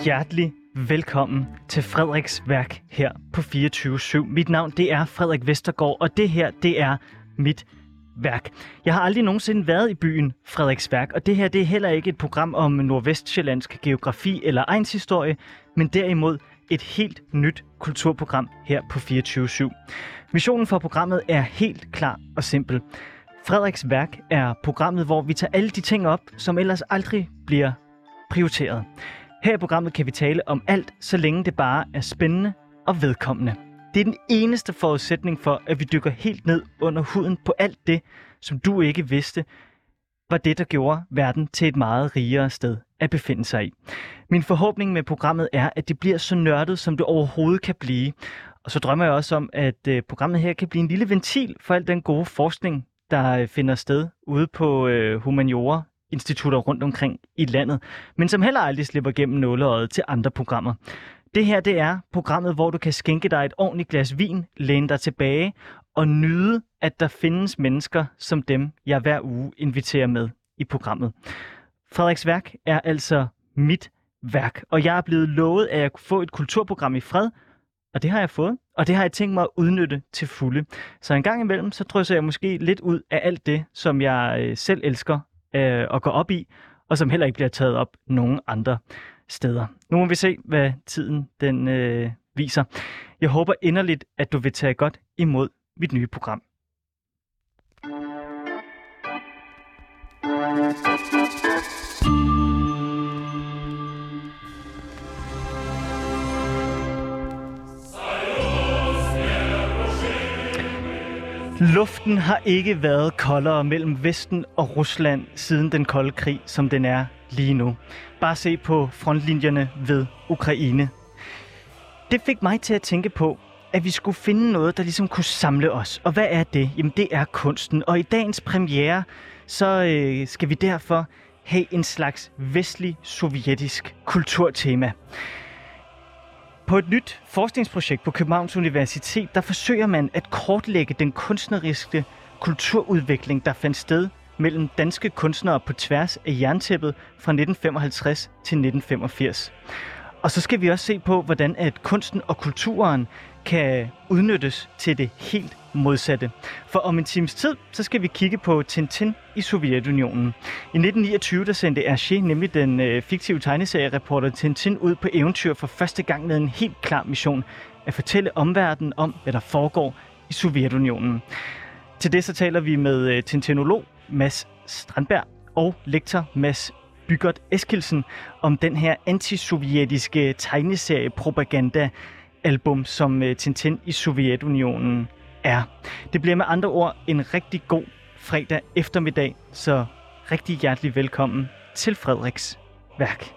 hjertelig velkommen til Frederiks Værk her på 24/7. Mit navn, det er Frederik Vestergaard, og det her, det er mit værk. Jeg har aldrig nogensinde været i byen Frederiksværk, og det her, det er heller ikke et program om nordvestsjællandsk geografi eller egnshistorie, men derimod et helt nyt kulturprogram her på 24/7. Missionen for programmet er helt klar og simpel. Frederiks Værk er programmet, hvor vi tager alle de ting op, som ellers aldrig bliver prioriteret. Her i programmet kan vi tale om alt, så længe det bare er spændende og vedkommende. Det er den eneste forudsætning for, at vi dykker helt ned under huden på alt det, som du ikke vidste, var det, der gjorde verden til et meget rigere sted at befinde sig i. Min forhåbning med programmet er, at det bliver så nørdet, som det overhovedet kan blive. Og så drømmer jeg også om, at programmet her kan blive en lille ventil for al den gode forskning, der finder sted ude på humaniora-institutter rundt omkring i landet, men som heller aldrig slipper gennem nåleøjet til andre programmer. Det her, det er programmet, hvor du kan skænke dig et ordentligt glas vin, læne dig tilbage og nyde, at der findes mennesker som dem, jeg hver uge inviterer med i programmet. Frederiks Værk er altså mit værk, og jeg er blevet lovet, at jeg kunne få et kulturprogram i fred, og det har jeg fået, og det har jeg tænkt mig at udnytte til fulde. Så en gang imellem, så drysser jeg måske lidt ud af alt det, som jeg selv elsker at gå op i, og som heller ikke bliver taget op nogen andre steder. Nu må vi se, hvad tiden den viser. Jeg håber inderligt, at du vil tage godt imod mit nye program. Luften har ikke været koldere mellem Vesten og Rusland siden den kolde krig, som den er lige nu. Bare se på frontlinjerne ved Ukraine. Det fik mig til at tænke på, at vi skulle finde noget, der ligesom kunne samle os. Og hvad er det? Jamen det er kunsten. Og i dagens premiere, så skal vi derfor have en slags vestlig-sovjetisk kulturtema. På et nyt forskningsprojekt på Københavns Universitet, der forsøger man at kortlægge den kunstneriske kulturudvikling, der fandt sted mellem danske kunstnere på tværs af jerntæppet fra 1955 til 1985. Og så skal vi også se på, hvordan at kunsten og kulturen kan udnyttes til det helt modsatte. For om en times tid, så skal vi kigge på Tintin i Sovjetunionen. I 1929, der sendte Hergé, nemlig den fiktive tegneseriereporter Tintin, ud på eventyr for første gang med en helt klar mission: at fortælle omverdenen om, hvad der foregår i Sovjetunionen. Til det så taler vi med tintinolog Mads Strandberg og lektor Mads Bygert Eskildsen om den her antisovjetiske tegneserie-propaganda-album, som Tintin i Sovjetunionen er. Det bliver med andre ord en rigtig god fredag eftermiddag, så rigtig hjertelig velkommen til Frederiks Værk.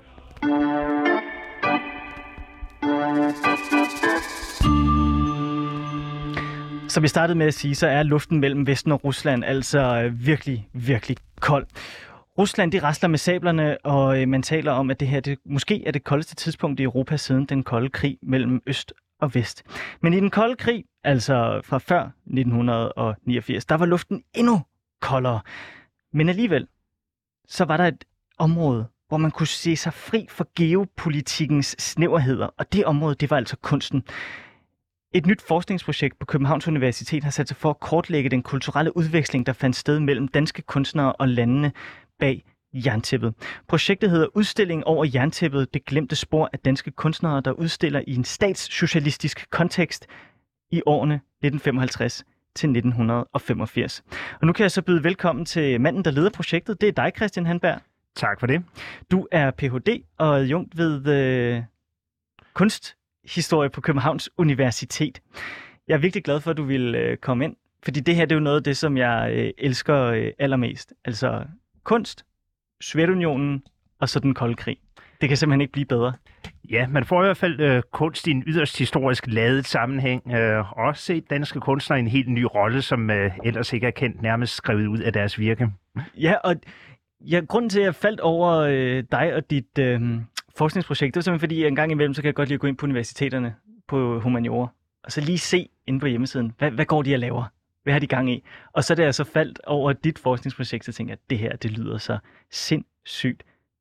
Som vi startede med at sige, så er luften mellem Vesten og Rusland altså virkelig, virkelig kold. Rusland, de rasler med sablerne, og man taler om, at det her måske er det koldeste tidspunkt i Europa siden den kolde krig mellem Øst og Vest. Men i den kolde krig, altså fra før 1989, der var luften endnu koldere. Men alligevel, så var der et område, hvor man kunne se sig fri for geopolitikkens snæverheder, og det område, det var altså kunsten. Et nyt forskningsprojekt på Københavns Universitet har sat sig for at kortlægge den kulturelle udveksling, der fandt sted mellem danske kunstnere og landene bag jerntæppet. Projektet hedder Udstilling over jerntæppet, det glemte spor af danske kunstnere, der udstiller i en statssocialistisk kontekst i årene 1955 til 1985. Og nu kan jeg så byde velkommen til manden, der leder projektet. Det er dig, Christian Hanberg. Tak for det. Du er Ph.D. og adjunkt ved kunsthistorie på Københavns Universitet. Jeg er virkelig glad for, at du vil komme ind, fordi det her, det er jo noget af det, som jeg elsker allermest. Altså kunst, Sovjetunionen og så den kolde krig. Det kan simpelthen ikke blive bedre. Ja, man får i hvert fald kunst i en yderst historisk ladet sammenhæng. Også set danske kunstnere i en helt ny rolle, som ellers ikke er kendt, nærmest skrevet ud af deres virke. Ja, og grunden til, at jeg faldt over dig og dit forskningsprojekt, det var simpelthen fordi, en gang imellem, så kan jeg godt lide at gå ind på universiteterne på humaniora, og så lige se inde på hjemmesiden, hvad går de og laver? Hvad har de gang i? Og så da jeg så faldt over dit forskningsprojekt, så tænkte jeg, at det her, det lyder så sindssygt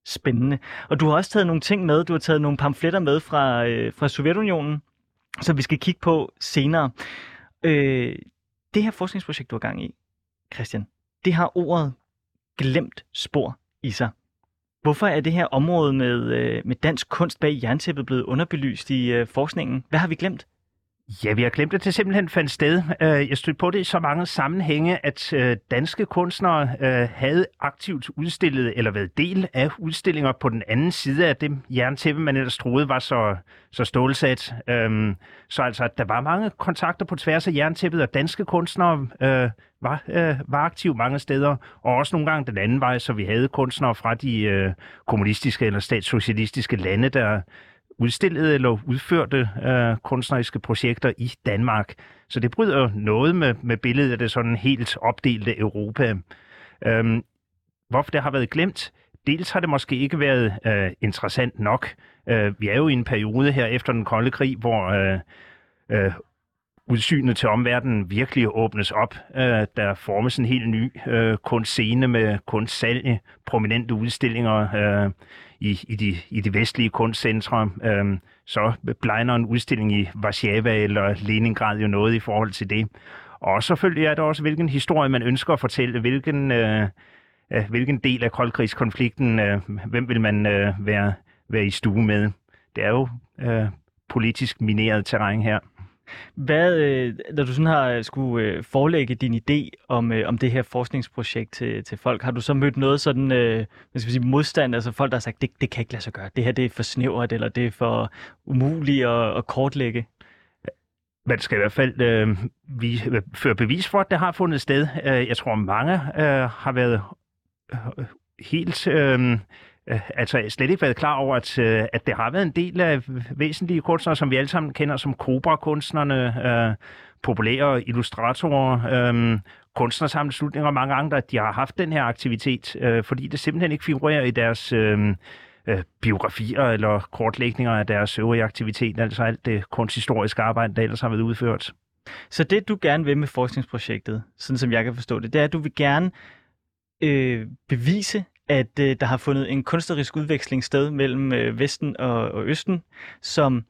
spændende. Og du har også taget nogle ting med. Du har taget nogle pamfletter med fra Sovjetunionen, som vi skal kigge på senere. Det her forskningsprojekt, du har gang i, Christian, det har ordet glemt spor i sig. Hvorfor er det her område med dansk kunst bag jerntæppet blevet underbelyst i forskningen? Hvad har vi glemt? Ja, vi har glemt, at det simpelthen fandt sted. Jeg stødte på det i så mange sammenhænge, at danske kunstnere havde aktivt udstillet eller været del af udstillinger på den anden side af det jerntæppe, man ellers troede var så stålsat. Så altså, at der var mange kontakter på tværs af jerntæppet, og danske kunstnere var aktive mange steder, og også nogle gange den anden vej, så vi havde kunstnere fra de kommunistiske eller statssocialistiske lande, der udstillede eller udførte kunstneriske projekter i Danmark. Så det bryder noget med billedet af det sådan helt opdelte Europa. Hvorfor det har været glemt? Dels har det måske ikke været interessant nok. Vi er jo i en periode her efter den kolde krig, hvor udsynet til omverdenen virkelig åbnes op. Der formes en helt ny kunstscene med kunstsalg, prominente udstillinger i de vestlige kunstcentre. Så blegner en udstilling i Warszawa eller Leningrad jo noget i forhold til det. Og selvfølgelig er der også, hvilken historie man ønsker at fortælle, hvilken del af koldkrigskonflikten, hvem vil man være i stue med. Det er jo politisk mineret terræn her. Når du sådan har skulle forelægge din idé om det her forskningsprojekt til folk, har du så mødt noget sådan, modstand, altså folk, der har sagt, det kan ikke lade sig gøre, det her det er for snævert, eller det er for umuligt at kortlægge? Man skal i hvert fald føre bevis for, at det har fundet sted. Jeg tror, mange har været helt... Altså slet ikke været klar over, at det har været en del af væsentlige kunstnere, som vi alle sammen kender som Cobra-kunstnerne, populære illustratorer, kunstnersammenslutninger og mange andre, at de har haft den her aktivitet, fordi det simpelthen ikke figurerer i deres biografier eller kortlægninger af deres øvrige aktivitet, altså alt det kunsthistoriske arbejde, der ellers har været udført. Så det, du gerne vil med forskningsprojektet, sådan som jeg kan forstå det, det er, at du vil gerne bevise, at der har fundet en kunstnerisk udveksling sted mellem Vesten og Østen, som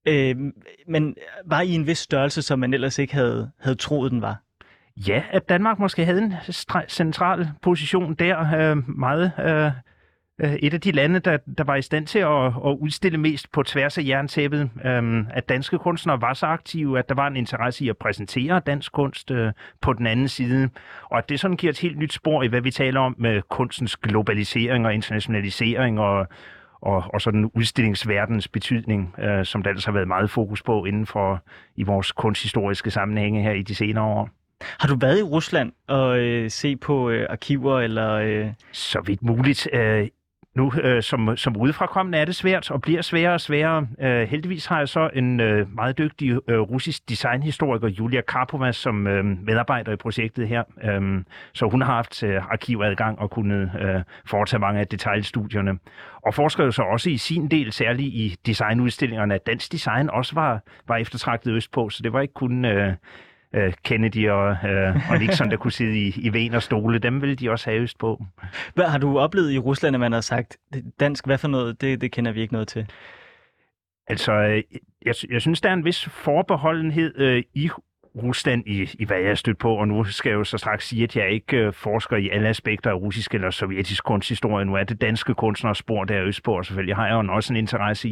men var i en vis størrelse, som man ellers ikke havde troet, den var. Ja, at Danmark måske havde en central position der, meget et af de lande, der var i stand til at udstille mest på tværs af jerntæppet. At danske kunstnere var så aktive, at der var en interesse i at præsentere dansk kunst på den anden side. Og at det sådan giver et helt nyt spor i, hvad vi taler om med kunstens globalisering og internationalisering og sådan udstillingsverdens betydning, som der altså har været meget fokus på i vores kunsthistoriske sammenhænge her i de senere år. Har du været i Rusland og se på arkiver eller? Så vidt muligt. Nu som udefrakommende er det svært og bliver sværere og sværere. Heldigvis har jeg så en meget dygtig russisk designhistoriker, Julia Karpova, som medarbejder i projektet her. Så hun har haft arkivadgang og kunnet foretage mange af detaljstudierne. Og forsker jo så også i sin del, særligt i designudstillingerne, at dansk design også var eftertragtet østpå, så det var ikke kun Kennedy og Nixon, der kunne sidde i ven og stole. Dem ville de også have øst på. Hvad har du oplevet i Rusland, at man har sagt, dansk, hvad for noget, det kender vi ikke noget til? Altså, jeg synes, der er en vis forbeholdenhed i Rusland, i hvad jeg er stødt på, og nu skal jeg jo så straks sige, at jeg ikke forsker i alle aspekter af russisk eller sovjetisk kunsthistorie. Nu er det danske kunstners spor der østpå, og selvfølgelig har jeg jo også en interesse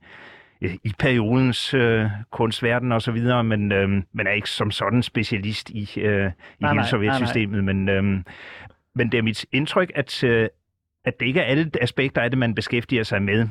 i periodens kunstverden og så videre, men er ikke som sådan specialist i hele sovjetsystemet. Men det er mit indtryk, at det ikke er alle aspekter af det, man beskæftiger sig med,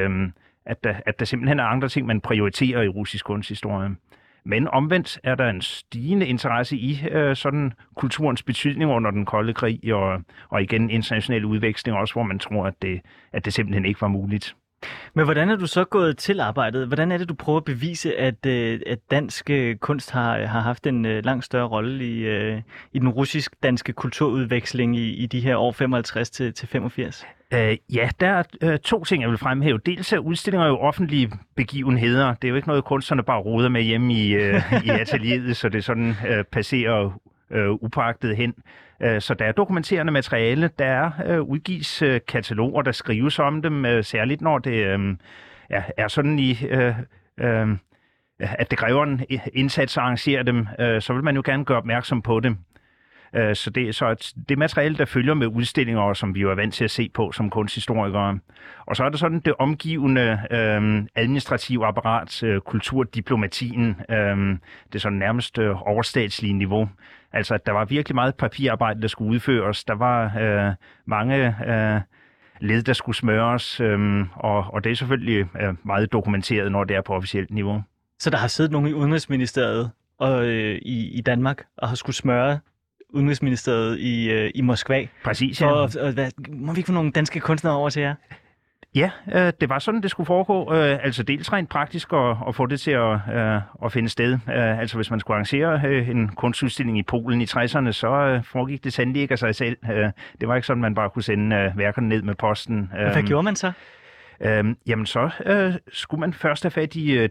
at der simpelthen er andre ting, man prioriterer i russisk kunsthistorie. Men omvendt er der en stigende interesse i sådan kulturens betydning under den kolde krig, og igen international udveksling også, hvor man tror, at det simpelthen ikke var muligt. Men hvordan er du så gået til arbejdet? Hvordan er det, du prøver at bevise, at dansk kunst har haft en langt større rolle i den russisk-danske kulturudveksling i de her år 55 til 85? Ja, der er to ting, jeg vil fremhæve. Dels er udstillinger jo offentlige begivenheder. Det er jo ikke noget, kunstnerne bare roder med hjemme i atelieret, så det sådan passerer upåagtet hen. Så der er dokumenterende materiale, der udgives kataloger, der skrives om dem, særligt når det er sådan at det kræver en indsats at arrangere dem, så vil man jo gerne gøre opmærksom på det. Så det materiale, der følger med udstillinger, som vi jo er vant til at se på som kunsthistorikere. Og så er der sådan det omgivende administrative apparat, kulturdiplomatien, det sådan nærmest overstatslige niveau. Altså, at der var virkelig meget papirarbejde, der skulle udføres. Der var mange led, der skulle smøres, og det er selvfølgelig meget dokumenteret, når det er på officielt niveau. Så der har siddet nogen i Udenrigsministeriet og i Danmark og har skulle smøre Udenrigsministeriet i Moskva. Præcis, ja. Må vi ikke få nogle danske kunstnere over til jer? Ja, det var sådan, det skulle foregå. Altså dels rent praktisk at få det til at finde sted. Altså hvis man skulle arrangere en kunstudstilling i Polen i 60'erne, så foregik det sandelig ikke af sig selv. Det var ikke sådan, man bare kunne sende værkerne ned med posten. Hvad gjorde man så? Jamen så skulle man først have fat i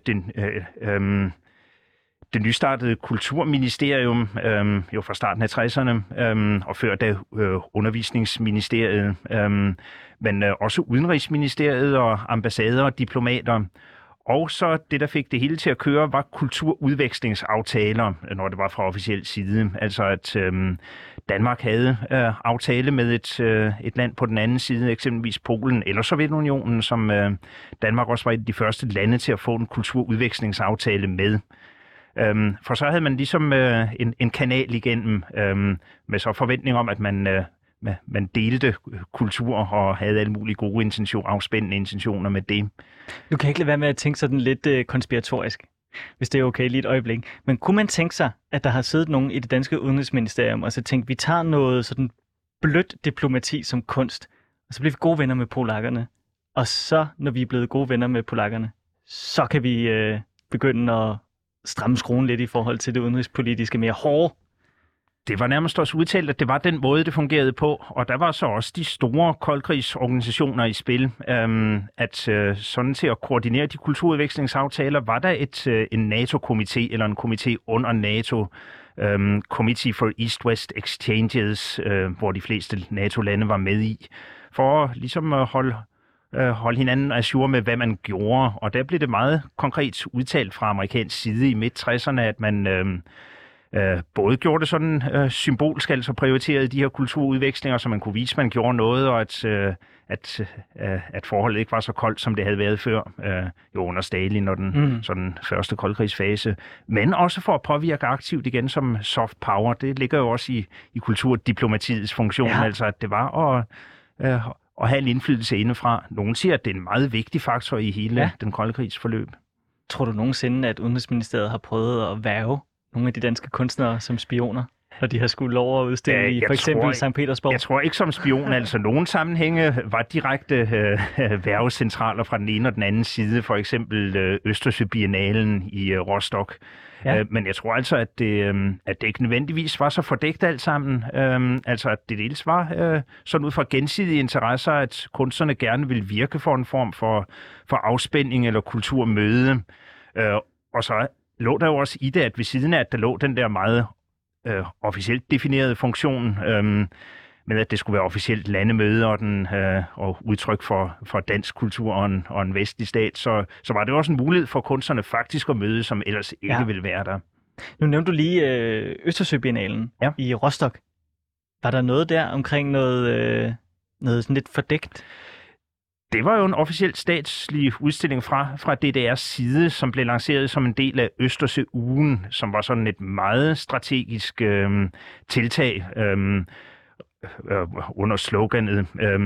det nystartede Kulturministerium, jo fra starten af 60'erne, og før da Undervisningsministeriet, men også Udenrigsministeriet og ambassader og diplomater. Og så det, der fik det hele til at køre, var kulturudvekslingsaftaler, når det var fra officiel side. Altså at Danmark havde aftale med et land på den anden side, eksempelvis Polen eller Sovjetunionen, som Danmark også var et af de første lande til at få en kulturudvekslingsaftale med. For så havde man ligesom en kanal igennem med så forventning om, at man delte kultur og havde alle mulige gode afspændende intentioner med det. Du kan ikke lade være med at tænke sådan lidt konspiratorisk, hvis det er okay lige et øjeblik. Men kunne man tænke sig, at der har siddet nogen i det danske udenrigsministerium og så tænkt, vi tager noget sådan blødt diplomati som kunst, og så bliver vi gode venner med polakkerne. Og så, når vi er blevet gode venner med polakkerne, så kan vi begynde at stramme skruen lidt i forhold til det udenrigspolitiske mere hårde. Det var nærmest også udtalt, at det var den måde, det fungerede på, og der var så også de store koldkrigsorganisationer i spil. Sådan til at koordinere de kulturudvekslingsaftaler, var der en NATO-komité eller en komité under NATO, Committee for East-West Exchanges, hvor de fleste NATO-lande var med i, for ligesom at holde hinanden ajour med, hvad man gjorde. Og der blev det meget konkret udtalt fra amerikansk side i midt-60'erne, at man både gjorde det sådan symbolsk, altså prioriterede de her kulturudvekslinger, så man kunne vise, at man gjorde noget, og at forholdet ikke var så koldt, som det havde været før, under Stalin og den sådan første koldkrigsfase. Men også for at påvirke aktivt igen som soft power. Det ligger jo også i kulturdiplomatiets funktion, altså at det var at have en indflydelse indefra. Nogen siger, at det er en meget vigtig faktor i hele den kolde krigs forløb. Tror du nogensinde, at Udenrigsministeriet har prøvet at hverve nogle af de danske kunstnere som spioner, når de har skulle lov at udstille i for eksempel St. Petersborg? Jeg tror ikke som spion. Altså nogle sammenhænge var direkte værvecentraler fra den ene og den anden side. For eksempel Østersøbiennalen i Rostock. Ja. Men jeg tror altså, at det ikke nødvendigvis var så fordækt alt sammen. Altså at det dels var sådan ud fra gensidige interesser, at kunstnerne gerne ville virke for en form for afspænding eller kulturmøde. Og så lå der jo også i det, at ved siden af, at der lå den der meget officielt definerede funktion, med at det skulle være officielt landemøde og udtryk for dansk kultur og en vestlig stat, så var det også en mulighed for kunstnerne faktisk at møde, som ellers ikke ville være der. Nu nævnte du lige Østersøbiennalen i Rostock. Var der noget der omkring noget sådan lidt fordækt? Det var jo en officiel statslig udstilling fra DDR's side, som blev lanceret som en del af Østersøugen, som var sådan et meget strategisk tiltag under sloganet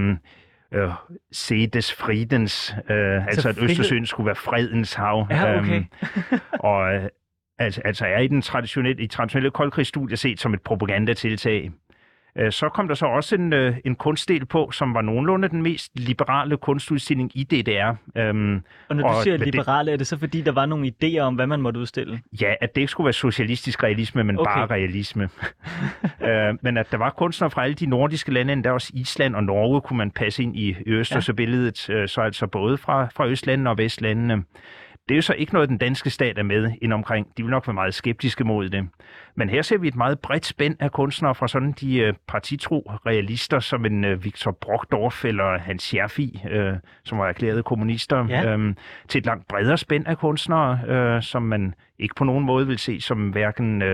Se des Friedens, altså at Østersøen skulle være fredens hav. Ja, okay. Og altså er i den traditionelle koldkrigsstudie set som et propagandatiltag. Så kom der så også en kunstdel på, som var nogenlunde den mest liberale kunstudstilling i DDR. Og når du siger liberale, er det så fordi, der var nogle idéer om, hvad man måtte udstille? Ja, at det ikke skulle være socialistisk realisme, men bare realisme. Men at der var kunstnere fra alle de nordiske lande, endda også Island og Norge, kunne man passe ind i Østersøbilledet, så altså både fra Østlandene og Vestlandene. Det er jo så ikke noget, den danske stat er med ind omkring. De vil nok være meget skeptiske mod det. Men her ser vi et meget bredt spænd af kunstnere fra sådan de partitro realister, som en Victor Brockdorff eller Hans Scherfig, som var erklærede kommunister, til et langt bredere spænd af kunstnere, som man ikke på nogen måde vil se som hverken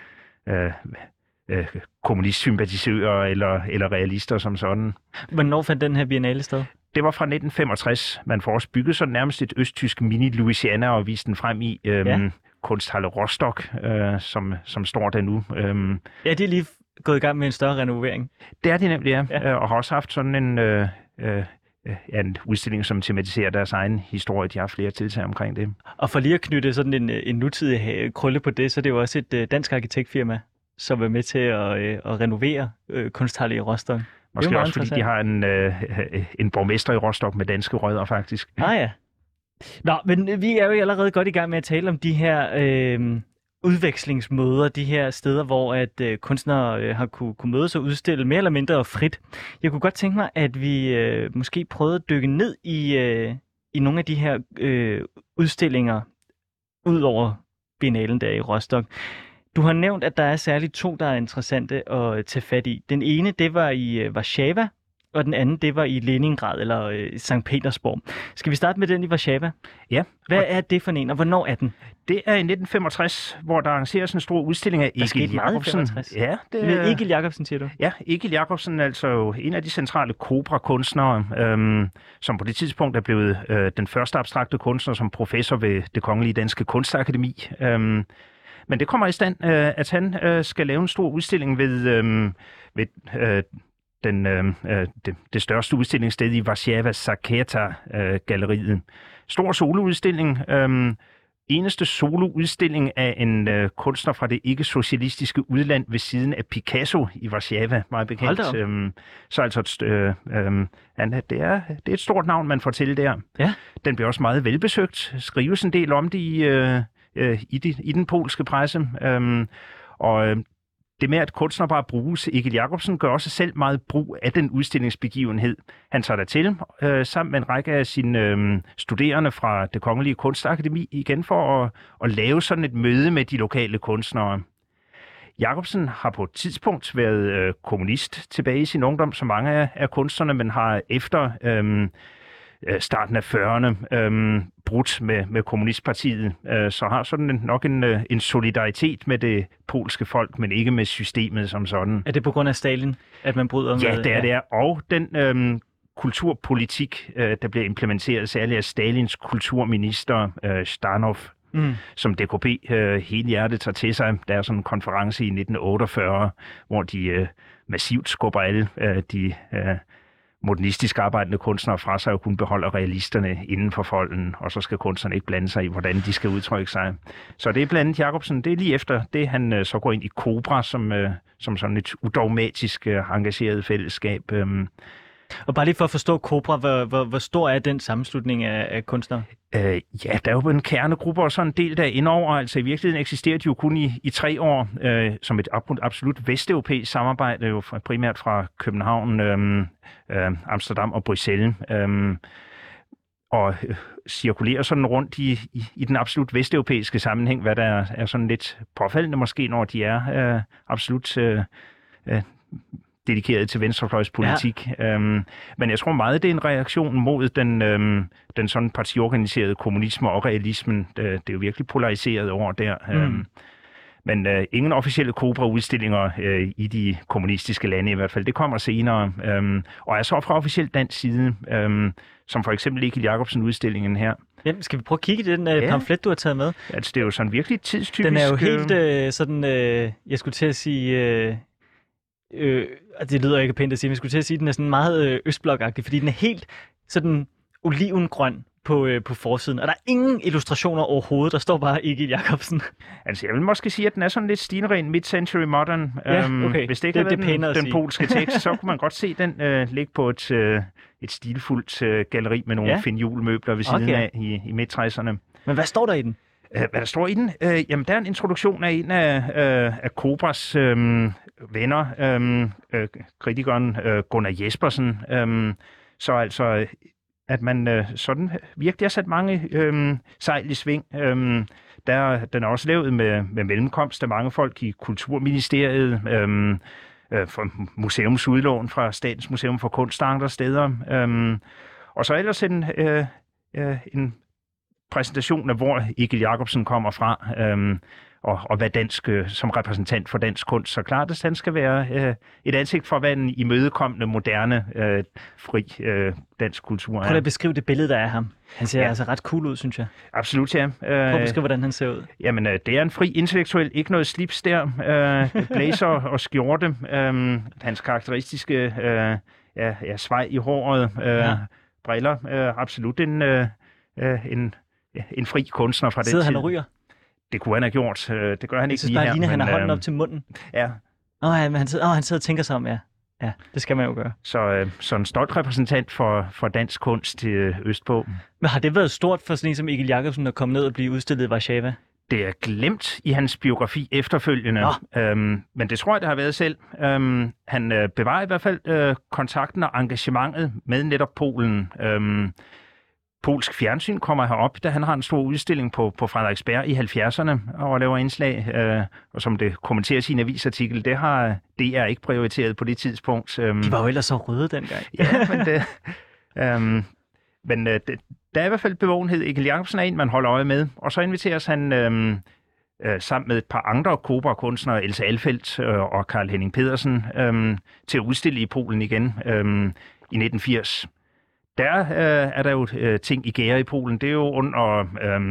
kommunistsympatisører eller realister som sådan. Hvornår fandt den her biennale sted? Det var fra 1965. Man får også bygget sådan nærmest et østtysk mini-Louisiana og vist den frem i Kunsthalle Rostock, som står der nu. Ja, de er lige gået i gang med en større renovering. Det er de nemlig, ja. Og har også haft sådan en udstilling, som tematiserer deres egen historie. De har flere tiltag omkring det. Og for lige at knytte sådan en nutidig krølle på det, så er det jo også et dansk arkitektfirma, som er med til at renovere Kunsthalle i Rostock. Måske også, fordi de har en borgmester i Rostock med danske rødder, faktisk. Ah ja. Nå, men vi er jo allerede godt i gang med at tale om de her udvekslingsmøder, de her steder, hvor at kunstnere har kunne mødes og udstille mere eller mindre frit. Jeg kunne godt tænke mig, at vi måske prøvede at dykke ned i nogle af de her udstillinger, ud over biennalen der i Rostock. Du har nævnt, at der er særligt 2, der er interessante at tage fat i. Den ene, det var i Warszawa, og den anden, det var i Leningrad eller Sankt Petersborg. Skal vi starte med den i Warszawa? Ja. Hvad er det for en, og hvornår er den? Det er i 1965, hvor der arrangeres en stor udstilling af Egil Jacobsen. Ja, det er Egil Jacobsen, siger du? Ja, Egil Jacobsen er altså en af de centrale Cobra-kunstnere, som på det tidspunkt er blevet den første abstrakte kunstner som professor ved Det Kongelige Danske Kunstakademi. Men det kommer i stand, at han skal lave en stor udstilling ved det største udstillingssted i Warszawa, Saketa-galleriet. Stor soloudstilling. Eneste soloudstilling af en kunstner fra det ikke-socialistiske udland ved siden af Picasso i Warszawa, meget bekendt. Så altså det er et stort navn, man får til der. Ja. Den bliver også meget velbesøgt. Skrives en del om det i den polske presse. Og det med, at kunstner bare bruges, Egil Jacobsen gør også selv meget brug af den udstillingsbegivenhed. Han tager der til sammen med en række af sine studerende fra Det Kongelige Kunstakademi igen for at lave sådan et møde med de lokale kunstnere. Jacobsen har på et tidspunkt været kommunist tilbage i sin ungdom, som mange af kunstnerne, men har efter starten af 40'erne brudt med kommunistpartiet, så har sådan nok en solidaritet med det polske folk, men ikke med systemet som sådan. Er det på grund af Stalin, at man bryder med? Ja, det er. Og den kulturpolitik, der bliver implementeret særligt af Stalins kulturminister Zhdanov, som DKP hele hjertet tager til sig. Der er sådan en konference i 1948, hvor de massivt skubber alle de modernistisk arbejdende kunstnere fra sig og kun beholder realisterne inden for folden, og så skal kunstnerne ikke blande sig i, hvordan de skal udtrykke sig. Så det er blandt andet Jacobsen. Det er lige efter det, han så går ind i Cobra som sådan et udogmatisk engageret fællesskab. Og bare lige for at forstå Cobra, hvor stor er den sammenslutning af kunstnere? Ja, der er jo en kernegruppe og sådan en del der indover. Altså i virkeligheden eksisterer de jo kun i 3 år som et absolut vesteuropæisk samarbejde, jo primært fra København, Amsterdam og Bruxelles. Og cirkulerer sådan rundt i den absolut vesteuropæiske sammenhæng, hvad der er sådan lidt påfaldende måske, når de er absolut dedikeret til venstrefløjspolitik. Ja. Men jeg tror meget, det er en reaktion mod den sådan partiorganiserede kommunisme og realismen. Det er jo virkelig polariseret over der. Men ingen officielle Cobra-udstillinger i de kommunistiske lande i hvert fald. Det kommer senere. Og er så fra officiel dansk side, som for eksempel Egil Jacobsen-udstillingen her. Jamen, skal vi prøve at kigge i den pamflet, du har taget med? Altså, det er jo sådan virkelig tidstypisk. Den er jo helt sådan, jeg skulle til at sige... det lyder ikke pænt at sige, men jeg skulle til at sige, at den er sådan meget østblokagtig, fordi den er helt sådan olivengrøn på forsiden, og der er ingen illustrationer overhovedet, der står bare Egil Jacobsen. Altså, jeg vil måske sige, at den er sådan lidt stilren mid-century modern. Ja, okay. Hvis det ikke er den polske tekst, så kunne man godt se den ligge på et stilfuldt galleri med nogle finjulmøbler ved siden af i midt-60'erne. Men hvad står der i den? Hvad der står i den? Jamen, der er en introduktion af en af Cobras venner, kritikeren Gunnar Jespersen. Så altså at man sådan virkelig har sat mange sejl i sving. Den er også lavet med mellemkomst af mange folk i Kulturministeriet, for museumsudlån fra Statens Museum for Kunst og andre steder. Og så ellers en præsentation af, hvor Egil Jacobsen kommer fra, og hvad dansk, som repræsentant for dansk kunst. Så klart, at han skal være et ansigt for, hvad en imødekommende, moderne, fri dansk kultur er. Prøv at beskrive det billede, der er af ham. Han ser altså ret cool ud, synes jeg. Absolut, ja. Prøv at beskrive, hvordan han ser ud. Jamen, det er en fri intellektuel, ikke noget slips der. Blazer og skjorte. Hans karakteristiske svej i håret. Briller. Absolut en fri kunstner fra den tid. Sidder han og ryger? Det kunne han have gjort. Det gør han ikke lige her. Jeg synes bare, han har hånden op til munden. Ja. Han sidder og tænker sig om, ja. Ja, det skal man jo gøre. Så en stolt repræsentant for dansk kunst østpå. Men har det været stort for sådan en som Egil Jacobsen at komme ned og blive udstillet i Warszawa? Det er glemt i hans biografi efterfølgende, men det tror jeg, det har været selv. Han bevarer i hvert fald kontakten og engagementet med netop Polen. Polsk fjernsyn kommer herop, da han har en stor udstilling på Frederiksberg i 70'erne og laver indslag, og som det kommenteres i en avisartikel, det har DR ikke prioriteret på det tidspunkt. De var jo ellers så røde dengang. Ja, men der er i hvert fald bevågenhed. Egil Jacobsen er en, man holder øje med, og så inviteres han sammen med et par andre Cobra-kunstnere, Else Alfeldt og Karl Henning Pedersen, til at udstille i Polen igen i 1980. Der er der jo ting i gære i Polen. Det er jo under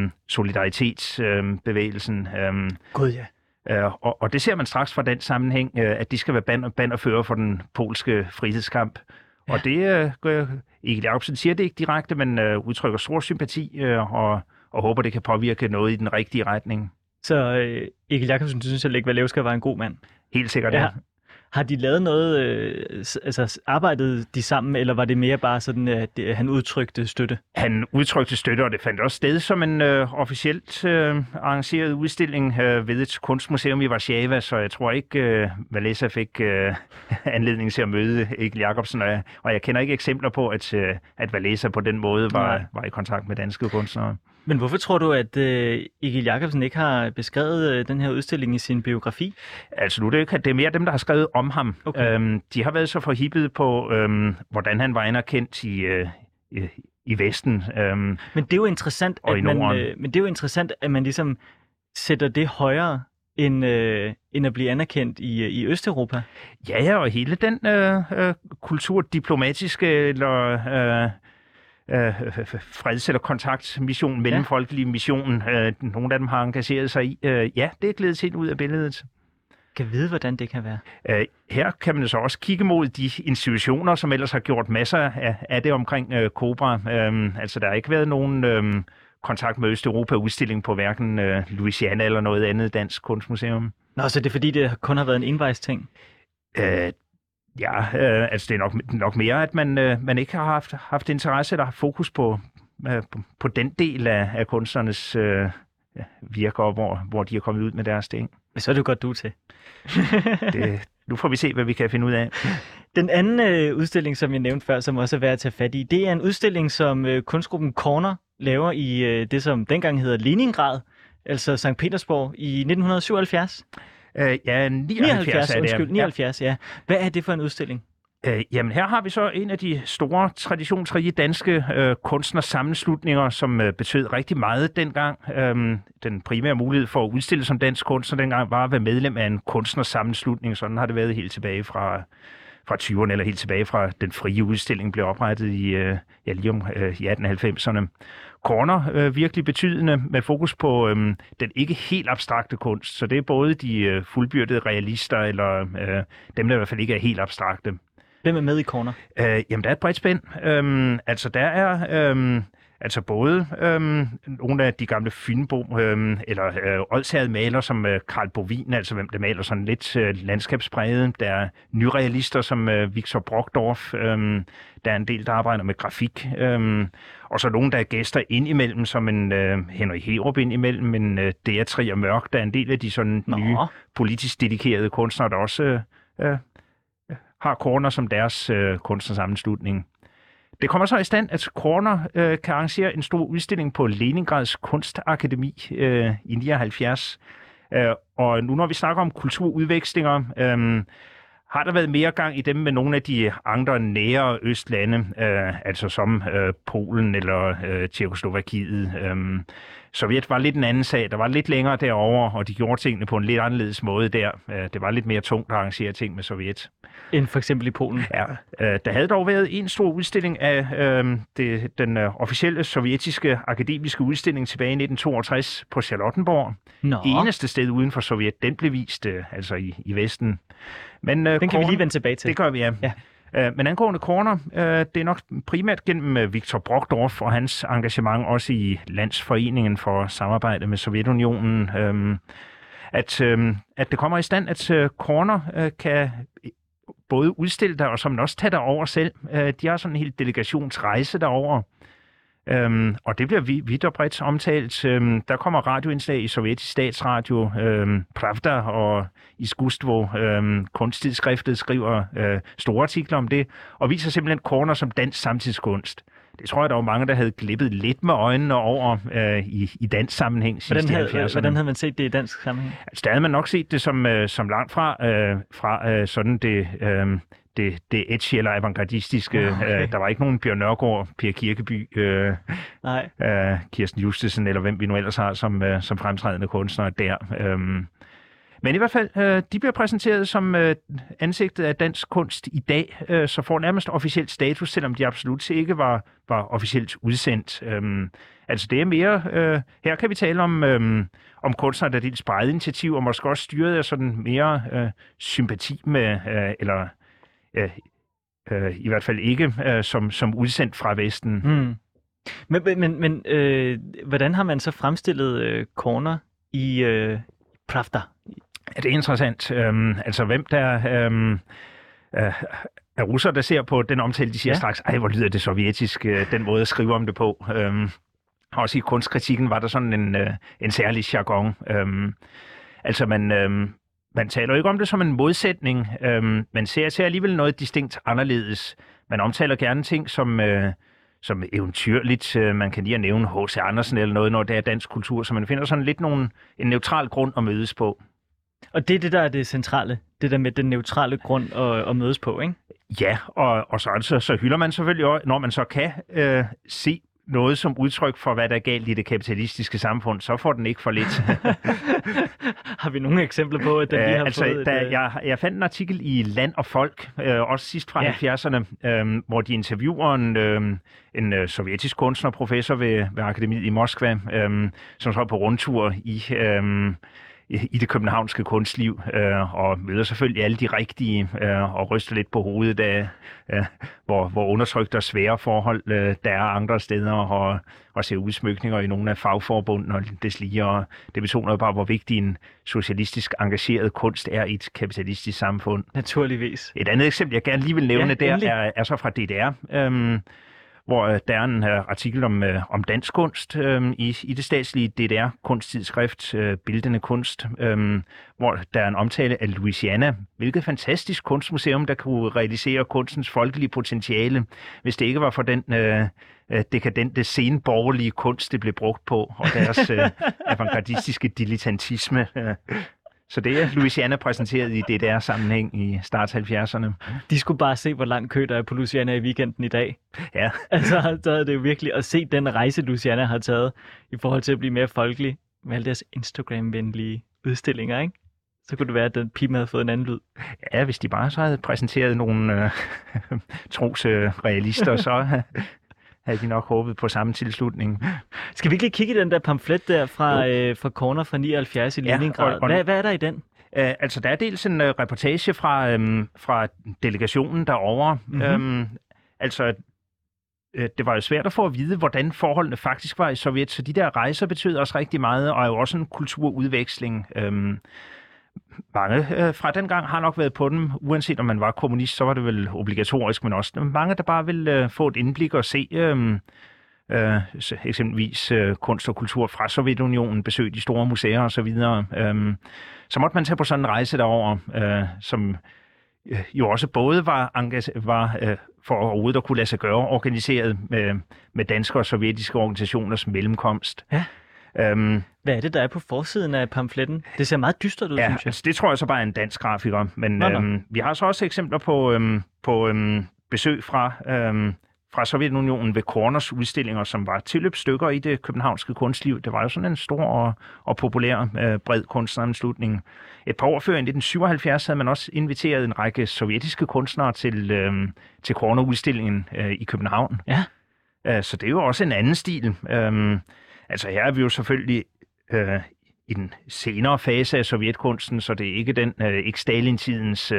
solidaritetsbevægelsen. God, ja. Og det ser man straks fra den sammenhæng, at de skal være bannerfører for den polske frihedskamp. Ja. Og det Egil Jacobsen siger det ikke direkte, men udtrykker stor sympati og håber, det kan påvirke noget i den rigtige retning. Så Egil Jacobsen synes, at Lech Walesa var en god mand? Helt sikkert, ja. Har de lavet noget, arbejdede de sammen, eller var det mere bare sådan, at han udtrykte støtte? Han udtrykte støtte, og det fandt også sted som en officielt arrangeret udstilling ved et kunstmuseum i Warszawa, så jeg tror ikke, Walesa fik anledning til at møde Egil Jacobsen, og jeg kender ikke eksempler på, at Walesa på den måde var i kontakt med danske kunstnere. Men hvorfor tror du, at Egil Jacobsen ikke har beskrevet den her udstilling i sin biografi? Altså nu det er mere dem, der har skrevet om ham. Okay. De har været så forhippet på, hvordan han var anerkendt i Vesten. Men det er jo interessant, at man ligesom sætter det højere end at blive anerkendt i Østeuropa. Ja, og hele den kulturdiplomatiske eller freds- eller kontaktmission, mellemfolkelig mission, nogle af dem har engageret sig i. Ja, det er glædet helt ud af billedet. Kan vide, hvordan det kan være? Her kan man så også kigge mod de institutioner, som ellers har gjort masser af det omkring Cobra. Altså, der har ikke været nogen kontakt med Østeuropa-udstilling på hverken Louisiana eller noget andet dansk kunstmuseum. Nå, så det er fordi, det kun har været en envejsting? Altså det er nok mere, at man ikke har haft interesse eller fokus på den del af kunstnernes virker, hvor de er kommet ud med deres ting. Men så er det jo godt, du er til. Nu får vi se, hvad vi kan finde ud af. Den anden udstilling, som jeg nævnte før, som også er værd at tage fat i, det er en udstilling, som kunstgruppen Corner laver i det, som dengang hedder Leningrad, altså Sankt Petersborg, i 1977. 79 er det. Undskyld, 79, ja. Hvad er det for en udstilling? Jamen her har vi så en af de store traditionsrige danske kunstnersammenslutninger, som betød rigtig meget dengang. Den primære mulighed for at udstille som dansk kunstner dengang var at være medlem af en kunstnersammenslutning. Sådan har det været helt tilbage fra 20'erne, eller helt tilbage fra den frie udstilling blev oprettet i 1890'erne. Corner virkelig betydende med fokus på den ikke helt abstrakte kunst. Så det er både de fuldbyrdede realister, eller dem, der i hvert fald ikke er helt abstrakte. Hvem er med i Corner? Jamen, der er et bredt spænd. Altså, der er både nogle af de gamle Fynbo, eller Odsherred maler som Karl Bovin, altså hvem der maler sådan lidt landskabspræget. Der er nyrealister som Victor Brockdorff. Der er en del, der arbejder med grafik. Og så nogle, der er gæster indimellem, som en Henrik Heerup indimellem, en Dea Trier Mørk. Der er en del af de sådan nye politisk dedikerede kunstnere, der også har Corner som deres kunstnersammenslutning. Det kommer så i stand, at Corner kan arrangere en stor udstilling på Leningrads Kunstakademi i 79. Og nu når vi snakker om kulturudvekslinger, har der været mere gang i dem med nogle af de andre nære østlande, altså som Polen eller Tjekkoslovakiet. Sovjet var lidt en anden sag. Der var lidt længere derovre, og de gjorde tingene på en lidt anderledes måde der. Det var lidt mere tungt at arrangere ting med Sovjet. End for eksempel i Polen? Ja. Der havde dog været en stor udstilling af den officielle sovjetiske akademiske udstilling tilbage i 1962 på Charlottenborg. Det eneste sted uden for Sovjet, den blev vist altså i Vesten. Men, den kan vi lige vende tilbage til. Det gør vi, ja. Men angående Corner, det er nok primært gennem Viktor Brockdorf og hans engagement også i Landsforeningen for samarbejde med Sovjetunionen, at det kommer i stand, at Corner kan både udstille der og som også tage derover selv. De har sådan en hel delegationsrejse derover. Og det bliver vidt og bredt omtalt. Der kommer radioindslag i sovjetisk statsradio, Pravda og Iskustvo, Kunsttidsskriftet skriver store artikler om det, og viser simpelthen Corner som dansk samtidskunst. Det tror jeg, der var mange, der havde glippet lidt med øjnene over i dansk sammenhæng sidst i 70'erne. Hvordan havde man set det i dansk sammenhæng? Altså, der havde man nok set det som langt fra sådan det edgy eller avantgardistiske. Okay. Der var ikke nogen Bjørn Nørgaard, Per Kirkeby, Kirsten Justesen, eller hvem vi nu ellers har som fremtrædende kunstnere der. Men i hvert fald, de bliver præsenteret som ansigtet af dansk kunst i dag, så får nærmest officielt status, selvom de absolut ikke var officielt udsendt. Altså det er mere, her kan vi tale om kunstnere, der dels på eget initiativ, og måske også styret af sådan mere sympati med, eller i hvert fald ikke som udsendt fra Vesten. Men hvordan har man så fremstillet Corner i Pravda? Ja, det er interessant. Altså hvem der er russere, der ser på den omtale, de siger straks, ej, hvor lyder det sovjetisk, den måde at skrive om det på. Også i kunstkritikken var der sådan en særlig jargon. Altså man taler ikke om det som en modsætning, men ser alligevel noget distinkt anderledes. Man omtaler gerne ting som eventyrligt. Man kan lige nævne H.C. Andersen eller noget, når det er dansk kultur, så man finder sådan lidt en neutral grund at mødes på. Og det er det, der er det centrale, det der med den neutrale grund at mødes på, ikke? Ja, og så hylder man selvfølgelig også, når man så kan se noget som udtryk for, hvad der er galt i det kapitalistiske samfund, så får den ikke for lidt. Har vi nogle eksempler på, at den lige har fået Jeg fandt en artikel i Land og Folk, også sidst fra 70'erne, hvor de interviewer en sovjetisk kunstner, professor ved Akademiet i Moskva, som så er på rundtur i det københavnske kunstliv, og møder selvfølgelig alle de rigtige, og ryster lidt på hovedet af, hvor undertrykte og svære forhold der er andre steder, og ser udsmykninger i nogle af fagforbundene og deslige, og det betoner bare, hvor vigtig en socialistisk engageret kunst er i et kapitalistisk samfund. Naturligvis. Et andet eksempel, jeg gerne lige vil nævne, er så fra DDR, hvor der er en artikel om dansk kunst i det statslige DDR kunsttidsskrift, Bildende Kunst, hvor der er en omtale af Louisiana. Hvilket fantastisk kunstmuseum, der kunne realisere kunstens folkelige potentiale, hvis det ikke var for den dekadente senborgerlige kunst, det blev brugt på, og deres avantgardistiske dilettantisme. Så det er Louisiana præsenteret i DDR-sammenhæng i start 70'erne. De skulle bare se, hvor lang kø der er på Louisiana i weekenden i dag. Ja. Altså, så er det jo virkelig at se den rejse, Louisiana har taget i forhold til at blive mere folkelig med alle deres Instagram-venlige udstillinger, ikke? Så kunne det være, at den pipen havde fået en anden lyd. Ja, hvis de bare så havde præsenteret nogle trosrealister, så havde de nok håbet på samme tilslutning. Skal vi ikke lige kigge i den der pamflet der fra Corner fra 79 i Leningrad? Hvad er der i den? Altså, der er dels en reportage fra delegationen derovre. Altså, det var jo svært at få at vide, hvordan forholdene faktisk var i Sovjet, så de der rejser betød også rigtig meget, og er jo også en kulturudveksling. Mange fra dengang har nok været på dem, uanset om man var kommunist, så var det vel obligatorisk, men også mange, der bare vil få et indblik og se eksempelvis kunst og kultur fra Sovjetunionen, besøge de store museer osv. Så måtte man tage på sådan en rejse derover, som jo også både var for overhovedet at kunne lade sig gøre, organiseret med danske og sovjetiske organisationers mellemkomst. Ja. Hvad er det, der er på forsiden af pamfletten? Det ser meget dystert ud, ja, synes jeg. Altså, det tror jeg så bare er en dansk grafiker. Men vi har så også eksempler på besøg fra Sovjetunionen ved Korners udstillinger, som var tilløbsstykker i det københavnske kunstliv. Det var jo sådan en stor og populær bred kunstnersammenslutning. Et par år før, i 1977, havde man også inviteret en række sovjetiske kunstnere til Korner-udstillingen i København. Ja. Så det er jo også en anden stil. Altså her er vi jo selvfølgelig i den senere fase af sovjetkunsten, så det er ikke ikke Stalin-tidens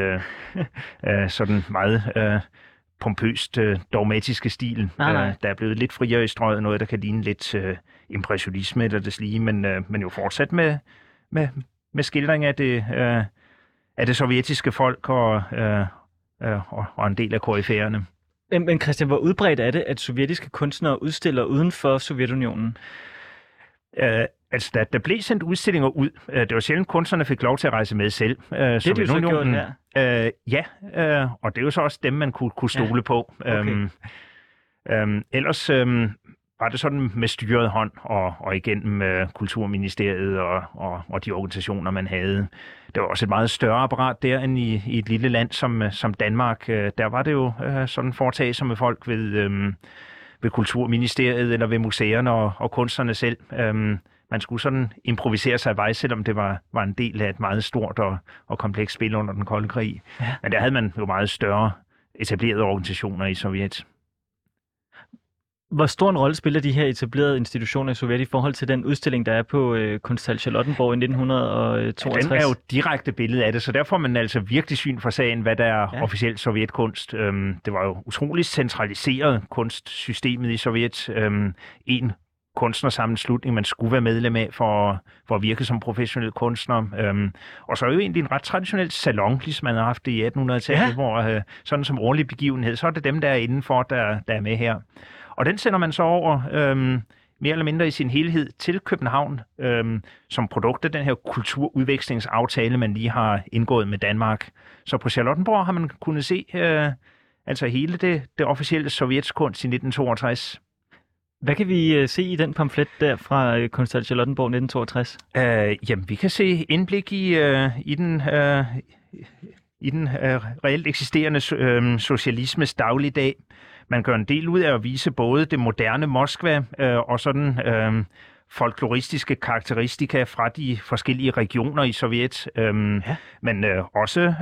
sådan meget pompøst dogmatiske stil. Nej. Der er blevet lidt friere i strøget, noget der kan ligne lidt impressionisme eller deslige, men jo fortsat med skildring af det sovjetiske folk og en del af koryfærerne. Men Christian, hvor udbredt er det, at sovjetiske kunstnere udstiller uden for Sovjetunionen? Altså, der blev sendt udstillinger ud. Det var sjældent, kunstnerne fik lov til at rejse med selv. Det er det jo så gjort her. Ja, og det er jo så også dem, man kunne stole på. Okay. Ellers var det sådan med styret hånd og igennem Kulturministeriet og de organisationer, man havde. Det var også et meget større apparat der end i et lille land som Danmark. Der var det jo sådan foretagsomme med folk ved Kulturministeriet eller ved museerne og kunstnerne selv. Man skulle sådan improvisere sig vej, selvom det var en del af et meget stort og komplekst spil under den kolde krig. Ja. Men der havde man jo meget større etablerede organisationer i Sovjet. Hvor stor en rolle spiller de her etablerede institutioner i Sovjet i forhold til den udstilling, der er på Kunsthal Charlottenborg i 1962? Den er jo direkte billede af det, så der får man altså virkelig syn for sagen, hvad der er officielt sovjetkunst. Det var jo utroligt centraliseret kunstsystemet i Sovjet. En kunstnersammenslutning, man skulle være medlem af for at virke som professionel kunstner. Og så er jo egentlig en ret traditionel salon, ligesom man har haft det i 1800-tallet, hvor sådan som årlig begivenhed, så er det dem, der er indenfor, der er med her. Og den sender man så over mere eller mindre i sin helhed til København som produkt af den her kulturudvekslingsaftale, man lige har indgået med Danmark. Så på Charlottenborg har man kunnet se altså hele det officielle sovjetskunst i 1962. Hvad kan vi se i den pamflet der fra Kunsthal Charlottenborg 1962? Jamen, vi kan se indblik i den reelt eksisterende socialismes dagligdag. Man gør en del ud af at vise både det moderne Moskva og sådan folkloristiske karakteristika fra de forskellige regioner i Sovjet, men også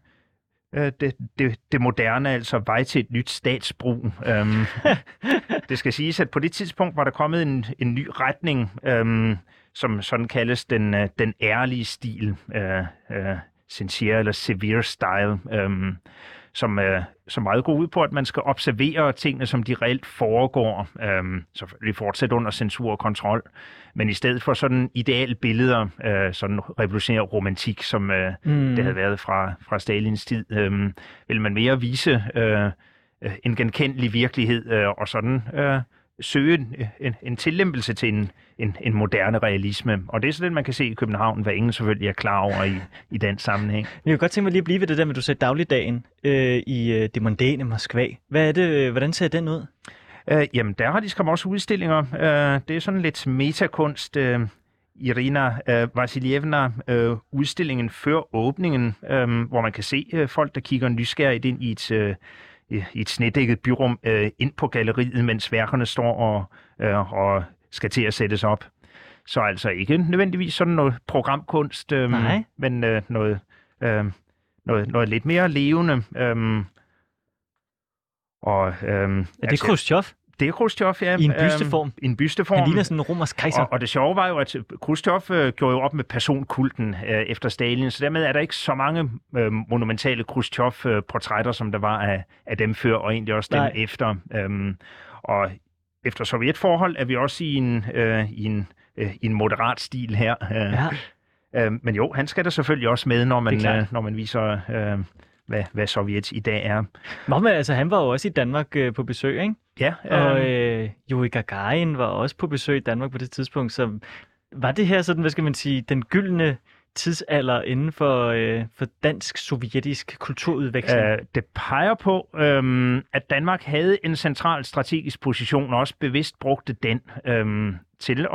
det moderne, altså vej til et nyt statsbrug. Det skal siges, at på det tidspunkt var der kommet en ny retning, som sådan kaldes den ærlige stil, sincere eller severe style, som meget går ud på, at man skal observere tingene, som de reelt foregår. Selvfølgelig fortsat under censur og kontrol, men i stedet for sådan ideale billeder, sådan revolutionær romantik, som det havde været fra Stalins tid, vil man mere vise en genkendelig virkelighed og sådan søge en tillempelse til en moderne realisme. Og det er sådan, man kan se i København, hvad ingen selvfølgelig er klar over i den sammenhæng. Jeg kan godt tænke mig lige at blive ved det der med, du sagde dagligdagen i det mondæne Moskva. Hvad er det, hvordan ser den ud? Jamen, der har de skam også udstillinger. Det er sådan lidt metakunst. Irina Vasiljevna udstillingen før åbningen, hvor man kan se folk, der kigger nysgerrigt ind i et snedækket byrum ind på galleriet, mens værkerne står og skal til at sættes op. Så altså ikke nødvendigvis sådan noget programkunst, men noget lidt mere levende. Er det Khrushchev? Det er Khrushchev, ja. I en bysteform? I en bysteform. Han ligner sådan en romersk kejser. Og det sjove var jo, at Khrushchev gjorde jo op med personkulten efter Stalin, så dermed er der ikke så mange monumentale Khrushchev-portrætter, som der var af dem før, og egentlig også dem efter. Og efter sovjetforhold er vi også i en moderat stil her. Men jo, han skal da selvfølgelig også med, når man viser, hvad Sovjet i dag er. Nå, men altså, han var jo også i Danmark på besøg, ikke? Ja. Og Yuri Gagarin var også på besøg i Danmark på det tidspunkt, så var det her sådan, hvad skal man sige, den gyldne tidsalder inden for dansk-sovjetisk kulturudveksling? Det peger på, at Danmark havde en central strategisk position, og også bevidst brugte den til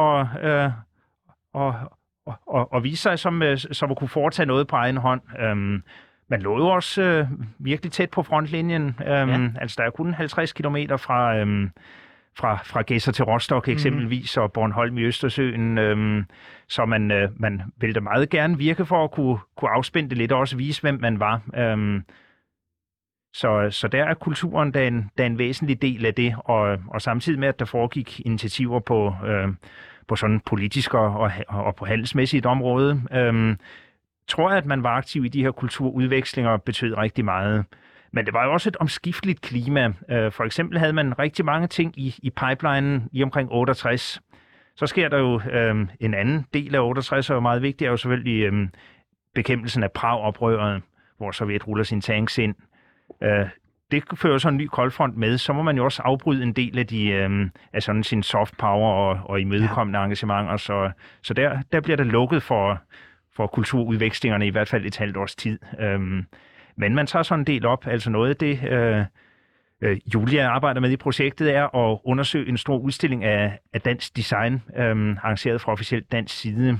at vise sig som at kunne foretage noget på egen hånd. Man lå jo også virkelig tæt på frontlinjen. Altså, der er kun 50 kilometer fra Gedser til Rostock eksempelvis, og Bornholm i Østersøen. Så man ville da meget gerne virke for at kunne afspænde det lidt, og også vise, hvem man var. Så der er kulturen der er en væsentlig del af det, og samtidig med, at der foregik initiativer på sådan politisk og på handelsmæssigt område, tror jeg, at man var aktiv i de her kulturudvekslinger, betød rigtig meget. Men det var jo også et omskifteligt klima. For eksempel havde man rigtig mange ting i pipelinen i omkring 68. Så sker der jo en anden del af 68, og meget vigtigt er jo selvfølgelig bekæmpelsen af Prag-oprøret, hvor Sovjet ruller sine tanks ind. Det fører så en ny koldfront med. Så må man jo også afbryde en del af sådan sin soft power og imødekommende engagementer. Så der bliver der lukket for kulturudvekslingerne i hvert fald et halvt års tid. Men man tager sådan en del op. Altså noget af det, Julia arbejder med i projektet, er at undersøge en stor udstilling af dansk design, arrangeret fra officielt dansk side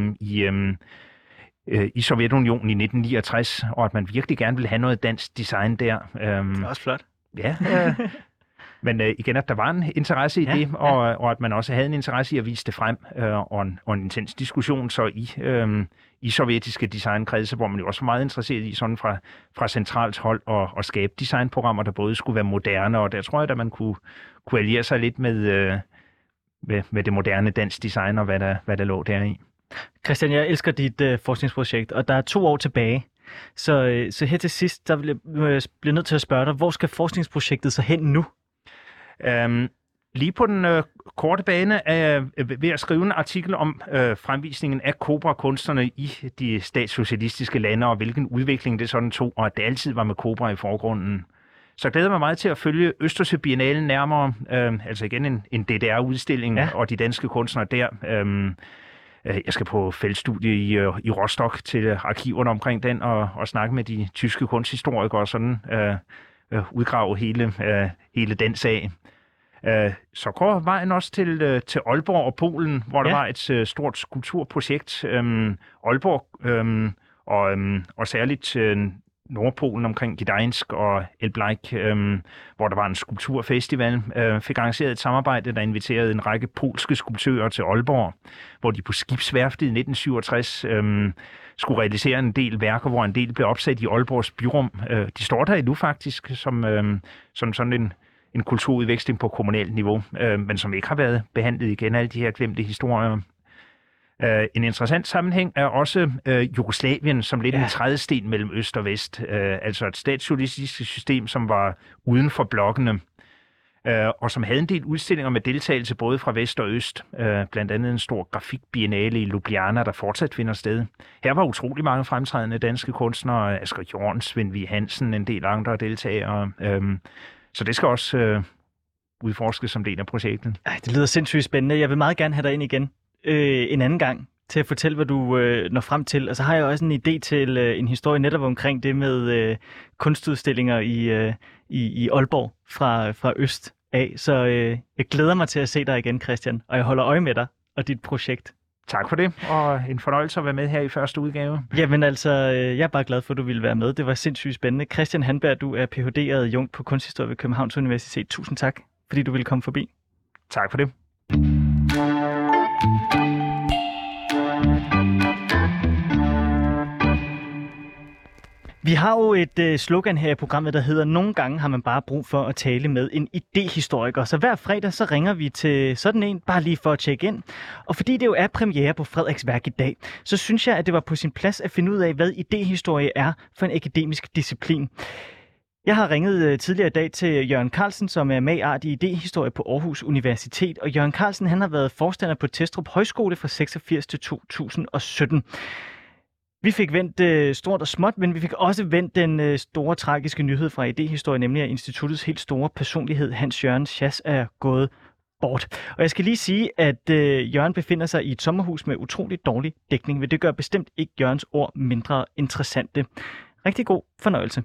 i Sovjetunionen i 1969, og at man virkelig gerne vil have noget dansk design der. Det er også flot. Ja, men igen, at der var en interesse i det, og at man også havde en interesse i at vise det frem, og en intens diskussion så i sovjetiske designkredse, hvor man jo også var meget interesseret i sådan fra centralt hold at skabe designprogrammer, der både skulle være moderne, og der tror jeg, at man kunne alliere sig lidt med det moderne dansk design, og hvad der lå deri. Christian, jeg elsker dit forskningsprojekt, og der er 2 år tilbage. Så her til sidst, der bliver nødt til at spørge dig, hvor skal forskningsprojektet så hen nu? Lige på den korte bane er ved at skrive en artikel om fremvisningen af Cobra-kunstnerne i de statssocialistiske lande, og hvilken udvikling det sådan tog, og at det altid var med Cobra i forgrunden. Så jeg glæder mig meget til at følge Østersø Biennalen nærmere, altså igen en DDR-udstilling, og de danske kunstnere der. Jeg skal på feltstudie i Rostock til arkiverne omkring den, og snakke med de tyske kunsthistorikere og sådan udgrave hele den sag. Så går vejen også til Aalborg og Polen, hvor der var et stort skulpturprojekt. Aalborg og særligt Nordpolen omkring Gdańsk og Elbląg, hvor der var en skulpturfestival, fik arrangeret et samarbejde, der inviterede en række polske skulptører til Aalborg, hvor de på skibsværftet i 1967 skulle realisere en del værker, hvor en del blev opsat i Aalborgs byrum. De står der endnu faktisk som sådan en kulturudveksling på kommunalt niveau, men som ikke har været behandlet igen, alle de her glemte historier. En interessant sammenhæng er også Jugoslavien som lidt en trædesten mellem øst og vest. Altså et statssocialistisk system, som var uden for blokkene, og som havde en del udstillinger med deltagelse både fra vest og øst. Blandt andet en stor grafikbiennale i Ljubljana, der fortsat finder sted. Her var utrolig mange fremtrædende danske kunstnere, Asger Jorn, Svend Vig Hansen, en del andre deltagere. Så det skal også udforskes som del af projektet. Det lyder sindssygt spændende. Jeg vil meget gerne have dig ind igen en anden gang til at fortælle, hvad du når frem til. Og så har jeg også en idé til en historie netop omkring det med kunstudstillinger i Aalborg fra øst af. Så jeg glæder mig til at se dig igen, Christian, og jeg holder øje med dig og dit projekt. Tak for det, og en fornøjelse at være med her i første udgave. Jamen altså, jeg er bare glad for, at du ville være med. Det var sindssygt spændende. Christian Hanberg, du er Ph.D. adjunkt på Kunsthistorie ved Københavns Universitet. Tusind tak, fordi du ville komme forbi. Tak for det. Vi har jo et slogan her i programmet, der hedder: nogle gange har man bare brug for at tale med en idehistoriker. Så hver fredag så ringer vi til sådan en, bare lige for at tjekke ind. Og fordi det jo er premiere på Frederiks Værk i dag, så synes jeg, at det var på sin plads at finde ud af, hvad idehistorie er for en akademisk disciplin. Jeg har ringet tidligere i dag til Jørgen Carlsen, som er magart i idehistorie på Aarhus Universitet. Og Jørgen Carlsen, han har været forstander på Testrup Højskole fra 86 til 2017. Vi fik vendt stort og småt, men vi fik også vendt den store tragiske nyhed fra idehistorie, nemlig at instituttets helt store personlighed, Hans Jørgen Schaas, er gået bort. Og jeg skal lige sige, at Jørgen befinder sig i et sommerhus med utrolig dårlig dækning, men det gør bestemt ikke Jørgens ord mindre interessante. Rigtig god fornøjelse.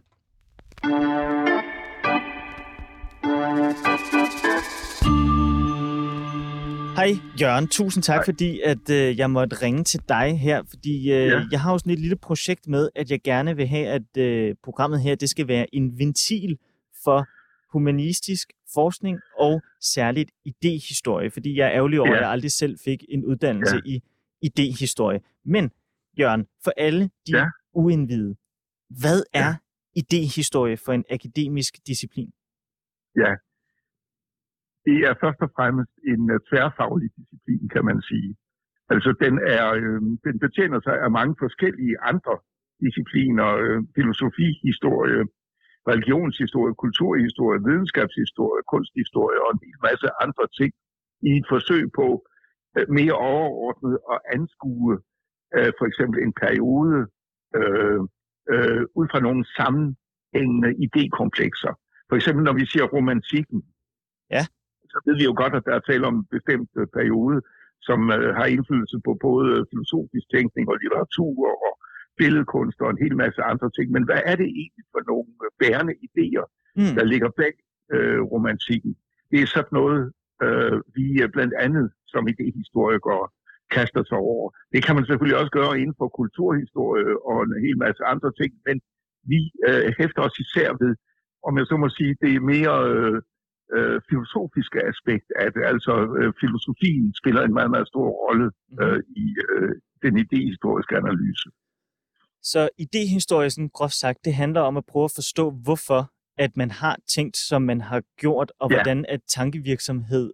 Hej Jørgen, tusind tak, fordi at jeg måtte ringe til dig her, fordi jeg har jo sådan et lille projekt med, at jeg gerne vil have, at programmet her, det skal være en ventil for humanistisk forskning og særligt idéhistorie, fordi jeg er ærgerlig over, at jeg aldrig selv fik en uddannelse i idéhistorie. Men Jørgen, for alle de uindvidede, hvad er idéhistorie for en akademisk disciplin? Ja, det er først og fremmest en tværfaglig disciplin, kan man sige. Altså den betjener sig af mange forskellige andre discipliner, filosofihistorie, religionshistorie, kulturhistorie, videnskabshistorie, kunsthistorie og en hel masse andre ting i et forsøg på mere overordnet at anskue for eksempel en periode ud fra nogle sammenhængende idékomplekser. For eksempel når vi siger romantikken, så ved vi jo godt, at der er tale om en bestemt periode, som har indflydelse på både filosofisk tænkning og litteratur og billedkunst og en hel masse andre ting. Men hvad er det egentlig for nogle bærende idéer, der ligger bag romantikken? Det er sådan noget, vi blandt andet som idéhistorikere kaster sig over. Det kan man selvfølgelig også gøre inden for kulturhistorie og en hel masse andre ting, men vi hæfter os især ved, om jeg så må sige, det er mere filosofiske aspekt af det. Altså filosofien spiller en meget, meget stor rolle i den idéhistoriske analyse. Så idéhistorie, sådan groft sagt, det handler om at prøve at forstå, hvorfor at man har tænkt, som man har gjort, og hvordan at tankevirksomhed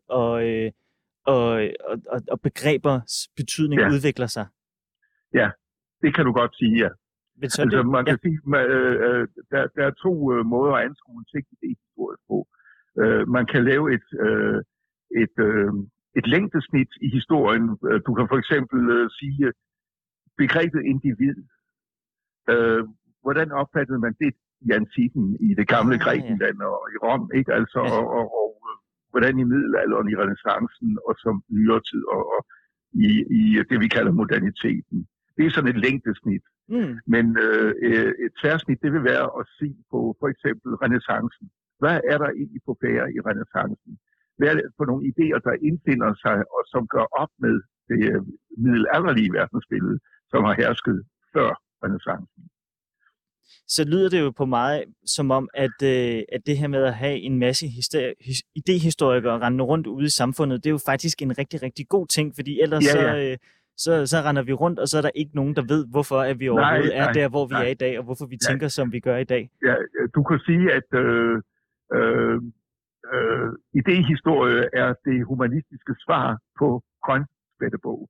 og begrebers betydning udvikler sig. Ja, det kan du godt sige, ja. Altså, man kan sige, der er to måder at anskue en ting idéhistorisk på. Man kan lave et længdesnit i historien. Du kan for eksempel sige begrebet individ. Hvordan opfattede man det i antikken, i det gamle Grækenland og i Rom, ikke? Altså, og hvordan i middelalderen, i renæssancen og som nyere tid og i det, vi kalder moderniteten. Det er sådan et længdesnit. Men et tværsnit, det vil være at se på for eksempel renæssancen. Hvad er der egentlig på færde i renæssancen? Hvad er det for nogle idéer, der indfinder sig og som gør op med det middelalderlige verdensbillede, som har hersket før renæssancen? Så lyder det jo på mig som om, at det her med at have en masse idéhistorikere rendende rundt ude i samfundet, det er jo faktisk en rigtig, rigtig god ting, fordi ellers så render vi rundt, og så er der ikke nogen, der ved, hvorfor at vi overhovedet er der, hvor vi er i dag, og hvorfor vi tænker, som vi gør i dag. Ja, du kan sige, at idéhistorie er det humanistiske svar på grønspættebog.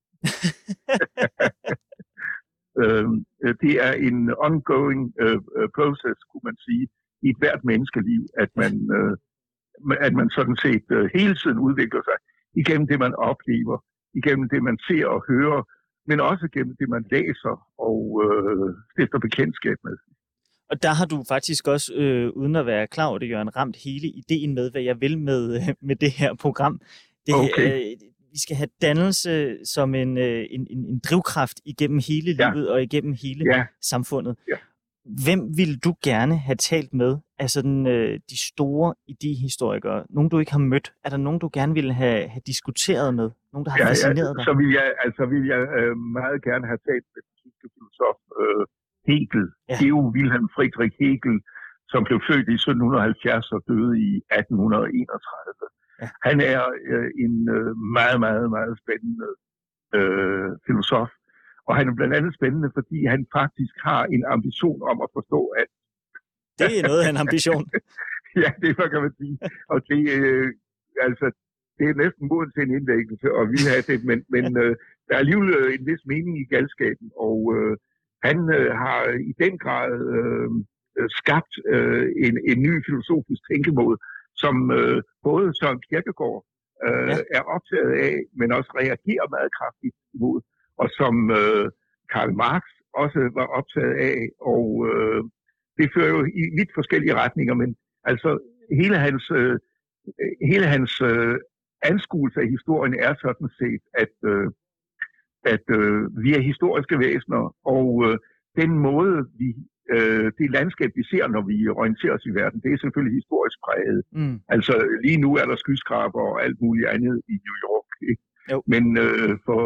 Det er en ongoing process, kunne man sige, i et hvert menneskeliv, at man sådan set hele tiden udvikler sig igennem det, man oplever, igennem det, man ser og hører, men også igennem det, man læser og stifter bekendtskab med. Og der har du faktisk også, uden at være klar over det, Jørgen, ramt hele ideen med, hvad jeg vil med det her program. Vi skal have dannelse som en drivkraft igennem hele livet og igennem hele samfundet. Ja. Hvem ville du gerne have talt med af sådan de store idéhistorikere? Nogen, du ikke har mødt? Er der nogen, du gerne ville have diskuteret med? Nogen, der har fascineret dig? Så vil jeg meget gerne have talt med den tyske filosof Hegel. Georg Wilhelm Friedrich Hegel, som blev født i 1770 og døde i 1831. Ja. Han er en meget, meget, meget spændende filosof. Og han er blandt andet spændende, fordi han faktisk har en ambition om at forstå alt. Det er noget af en ambition. Ja, det kan man sige. Og det er næsten moden til en indlæggelse, og vi har det, men der er alligevel en vis mening i galskaben, og han har i den grad skabt en ny filosofisk tænkemåde, som både Søren Kierkegaard er optaget af, men også reagerer meget kraftigt imod, og som Karl Marx også var optaget af, og det fører jo i vidt forskellige retninger, men altså hele hans anskuelse af historien er sådan set, at vi er historiske væsener, og den måde, det landskab, vi ser, når vi orienterer os i verden, det er selvfølgelig historisk præget. Altså lige nu er der skyskraber og alt muligt andet i New York. Men for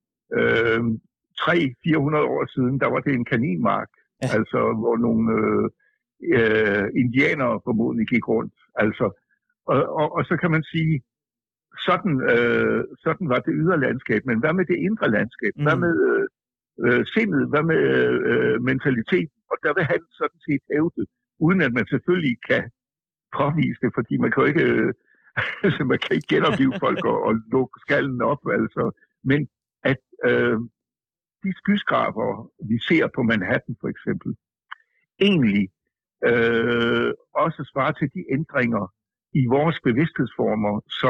300-400 år siden, der var det en kaninmark, altså hvor nogle indianere formodentlig gik rundt. Altså, og så kan man sige, sådan var det ydre landskab, men hvad med det indre landskab? Hvad med sindet? Hvad med mentaliteten? Og der vil han sådan set hævde, uden at man selvfølgelig kan påvise det, fordi man kan jo ikke, man kan ikke genoplive folk og lukke skallen op, altså. Men at de skyskraber, vi ser på Manhattan for eksempel, egentlig også svarer til de ændringer i vores bevidsthedsformer,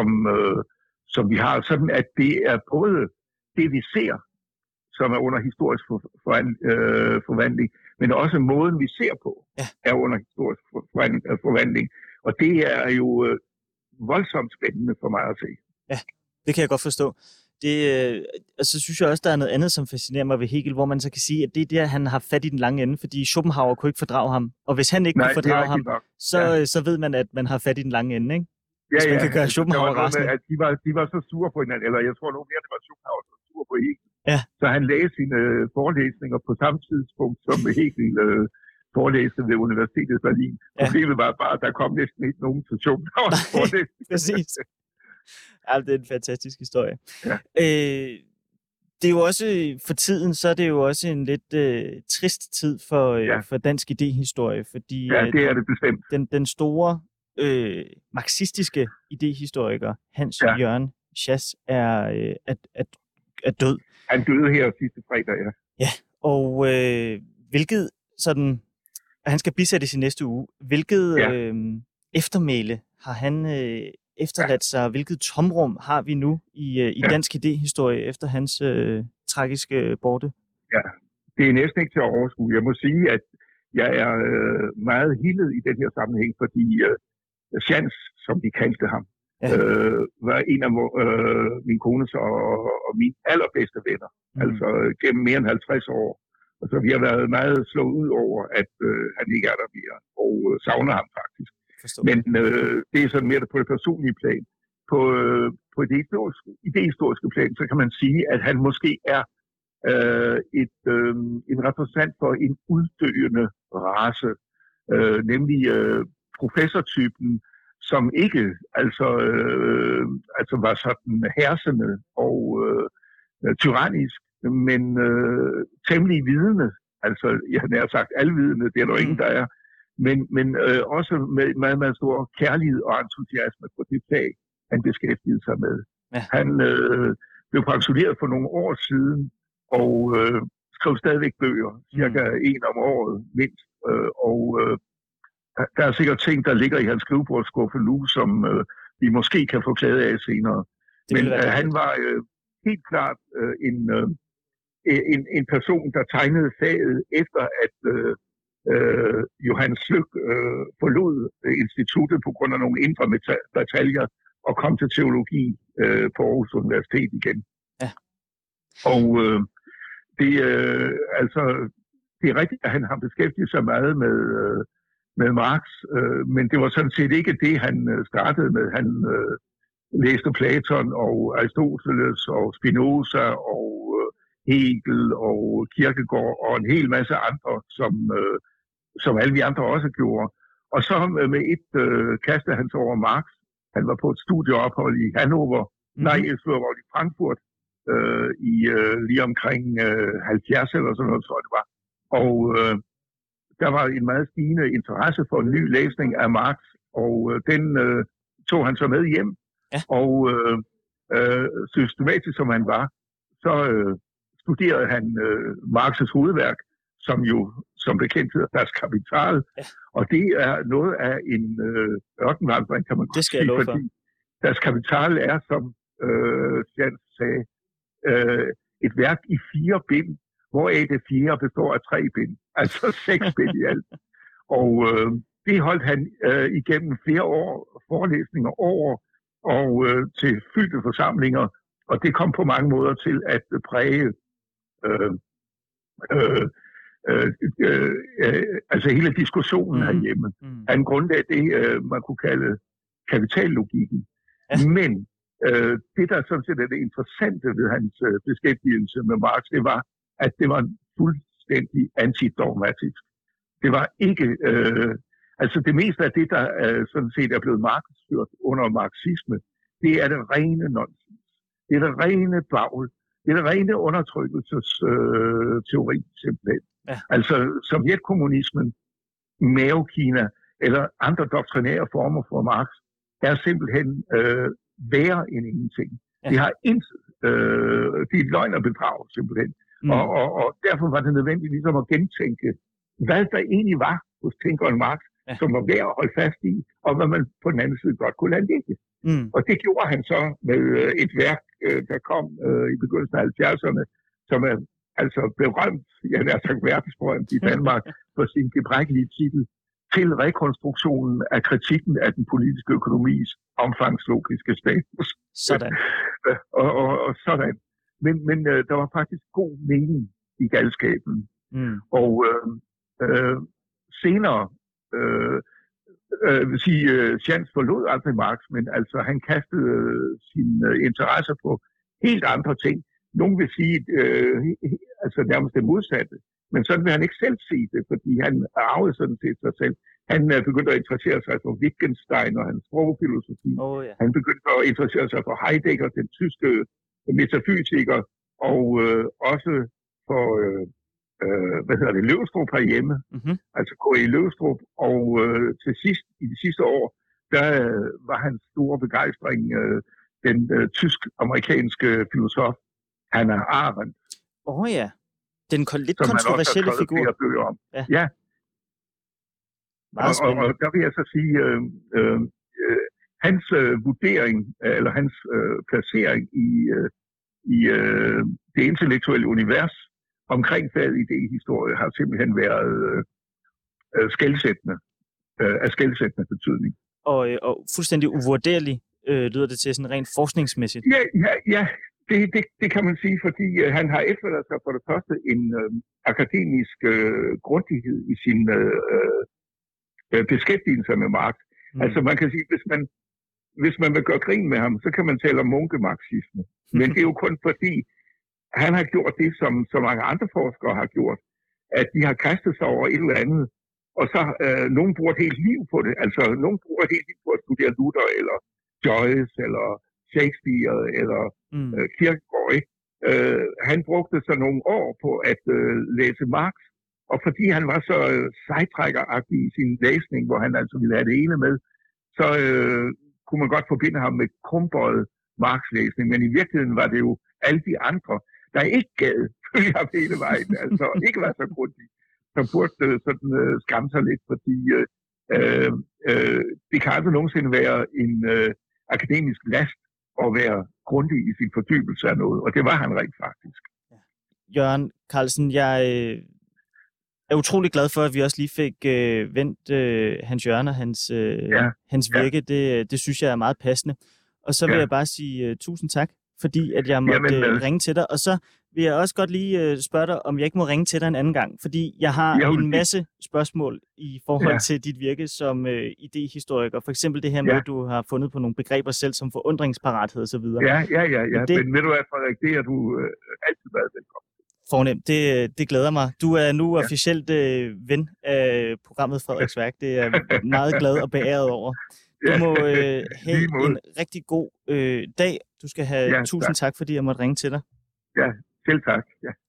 som vi har, sådan at det er både det, vi ser, som er under historisk forvandling, men også måden, vi ser på, er under historisk forvandling. Og det er jo voldsomt spændende for mig at se. Ja, det kan jeg godt forstå. Og så synes jeg også, der er noget andet, som fascinerer mig ved Hegel, hvor man så kan sige, at det er der, han har fat i den lange ende, fordi Schopenhauer kunne ikke fordrage ham. Og hvis han ikke kunne fordrage ham, så ved man, at man har fat i den lange ende, ikke? Hvis man kan gøre Schopenhauer rasende. De var så sure på hinanden, eller jeg tror nok mere, det var Schopenhauer, der var sure på Hegel. Ja. Så han læste sine forelæsninger på samme tidspunkt, som Hegel forelæste ved Universitetet i Berlin. Problemet var bare, at der kom næsten ikke nogen til Schopenhauers forelæsning. Præcis. Ja, det er en fantastisk historie. Ja. Det er jo også, for tiden, så er det jo også en lidt trist tid for dansk idéhistorie, fordi det er det bestemt. Den store marxistiske idéhistoriker, Hans Jørgen Schaas, er død. Han døde her sidste fredag, Ja, og hvilket sådan, han skal bisættes i næste uge. Hvilket eftermæle har han efterladt sig? Hvilket tomrum har vi nu i dansk idéhistorie efter hans tragiske borte? Ja, det er næsten ikke til at overskue. Jeg må sige, at jeg er meget hildet i den her sammenhæng, fordi Schaas, som de kaldte ham, var en af min kones og mine allerbedste venner. Altså gennem mere end 50 år. Og så vi har været meget slået ud over, at han ikke er der mere, og savner ham faktisk. Men det er sådan mere på det personlige plan. På det idehistoriske plan, så kan man sige, at han måske er en repræsentant for en uddøende race, nemlig professortypen, som ikke altså var sådan hersende og tyrannisk, men temmelig vidende. Altså, jeg har nær sagt alvidende, det er der ingen, der er. Men også med meget, meget stor kærlighed og entusiasme på det fag, han beskæftigede sig med. Ja. Han blev pensioneret for nogle år siden, og skrev stadigvæk bøger, cirka en om året mindst. Der er sikkert ting, der ligger i hans skrivebordsskuffe nu, som vi måske kan få glæde af senere. Men han var helt klart en person, der tegnede faget efter, at Johannes Sløk forlod instituttet på grund af nogle indre bataljer og kom til teologi på Aarhus Universitet igen. Ja. Og det er rigtigt, at han har beskæftiget sig meget med Marx, men det var sådan set ikke det, han startede med. Han læste Platon og Aristoteles og Spinoza og Hegel og Kierkegaard og en hel masse andre, som alle vi andre også gjorde. Og så med et kastede han sig over Marx. Han var på et studieophold i Hannover, i Frankfurt, lige omkring 70 eller sådan noget, tror jeg det var. Og der var en meget stigende interesse for en ny læsning af Marx, og den tog han så med hjem. Ja. Og systematisk som han var, så studerede han Marx's hovedværk, som jo som bekendt hedder Das Kapital. Ja. Og det er noget af en ørkenvandring, kan man godt sige, fordi Das Kapital er, som Schaas sagde, et værk i 4 bind, hvoraf det 4 består af 3 bind, altså 6 bind i alt. Og det holdt han igennem flere år forelæsninger over, og til fyldte forsamlinger, og det kom på mange måder til at præge altså hele diskussionen herhjemme. Han grundlagde det, man kunne kalde kapitallogikken. Ja. Men det, der sådan set er det interessante ved hans beskæftigelse med Marx, det var, at det var fuldstændig antidogmatisk. Det var ikke... altså det meste af det, der sådan set er blevet markedsført under marxisme, det er det rene nonsens. Det er det rene bagl. Det er det rene undertrykkelses-teori, simpelthen. Ja. Altså sovjetkommunismen, Mao-Kina eller andre doktrinære former for Marx er simpelthen værre end ingenting. Ja. De har intet. De er løgn og bedrag, simpelthen. Og derfor var det nødvendigt ligesom at gentænke, hvad der egentlig var hos tænkeren Marx, som var værd at holde fast i, og hvad man på den anden side godt kunne lade ligge. Og det gjorde han så med et værk, der kom i begyndelsen af 70'erne, som er altså berømt, jeg har sagt verdensberømt i Danmark, for sin gebrækkelige titel, Til rekonstruktionen af kritikken af den politiske økonomis omfangslogiske status. Sådan. og sådan. Men der var faktisk god mening i galskaben. Og senere vil sige, Chance forlod aldrig Marx, men altså han kastede sine interesser på helt andre ting. Nogen vil sige, altså nærmest det modsatte, men sådan vil han ikke selv se det, fordi han arvede sådan set sig selv. Han begyndte at interessere sig for Wittgenstein og hans sprogfilosofi. Han begyndte at interessere sig for Heidegger, den tyske metafysiker, og også for Løvstrup herhjemme, altså K.E. Løvstrup, og til sidst, i de sidste år, der var hans store begejstring den tysk-amerikanske filosof Hannah Arendt. Ja. Den lidt kontroversielle figur. Om. Ja. Og der vil jeg så sige, hans vurdering, eller hans placering i det intellektuelle univers omkring faget idéhistorie har simpelthen været skelsættende, af skelsættende betydning. Og fuldstændig uvurderlig lyder det til sådan rent forskningsmæssigt. Ja. Det kan man sige, fordi han har efterladt sig for det første en akademisk grundighed i sin beskæftigelse med Marx. Altså man kan sige, hvis man vil gøre grin med ham, så kan man tale om munkemarxisme. Men det er jo kun fordi, han har gjort det, som så mange andre forskere har gjort, at de har kastet sig over et eller andet, og så nogen bruger et helt liv på det. Altså nogen bruger et helt liv på at studere Luther, eller Joyce, eller Shakespeare, eller Kierkegaard, ikke? Han brugte så nogle år på at læse Marx, og fordi han var så sejtrækkeragtig i sin læsning, hvor han altså ville have det ene med, så kunne man godt forbinde ham med krumbøjet Marx-læsning, men i virkeligheden var det jo alle de andre, der ikke gad følge ham hele vejen, altså ikke var så grundigt, som burde sådan skamme sig lidt, fordi det kan aldrig nogensinde være en akademisk last at være grundig i sin fordybelse af noget, og det var han rent faktisk. Jørgen Carlsen, jeg er utrolig glad for, at vi også lige fik vendt Hans Jørgen og hans virke. Det synes jeg er meget passende. Og så vil jeg bare sige tusind tak, fordi at jeg måtte ringe til dig. Og så vil jeg også godt lige spørge dig, om jeg ikke må ringe til dig en anden gang, fordi jeg har en masse spørgsmål i forhold til dit virke som idéhistoriker. For eksempel det her med, at du har fundet på nogle begreber selv som forundringsparathed og så videre. Ja. Men ved du hvad, Frederik, det er du altid været velkommen. Fornemt, det glæder mig. Du er nu officielt ven af programmet Frederiks Værk. Det er jeg meget glad og beæret over. Du må have en rigtig god dag. Du skal have tusind tak, fordi jeg måtte ringe til dig. Ja, selv tak. Ja.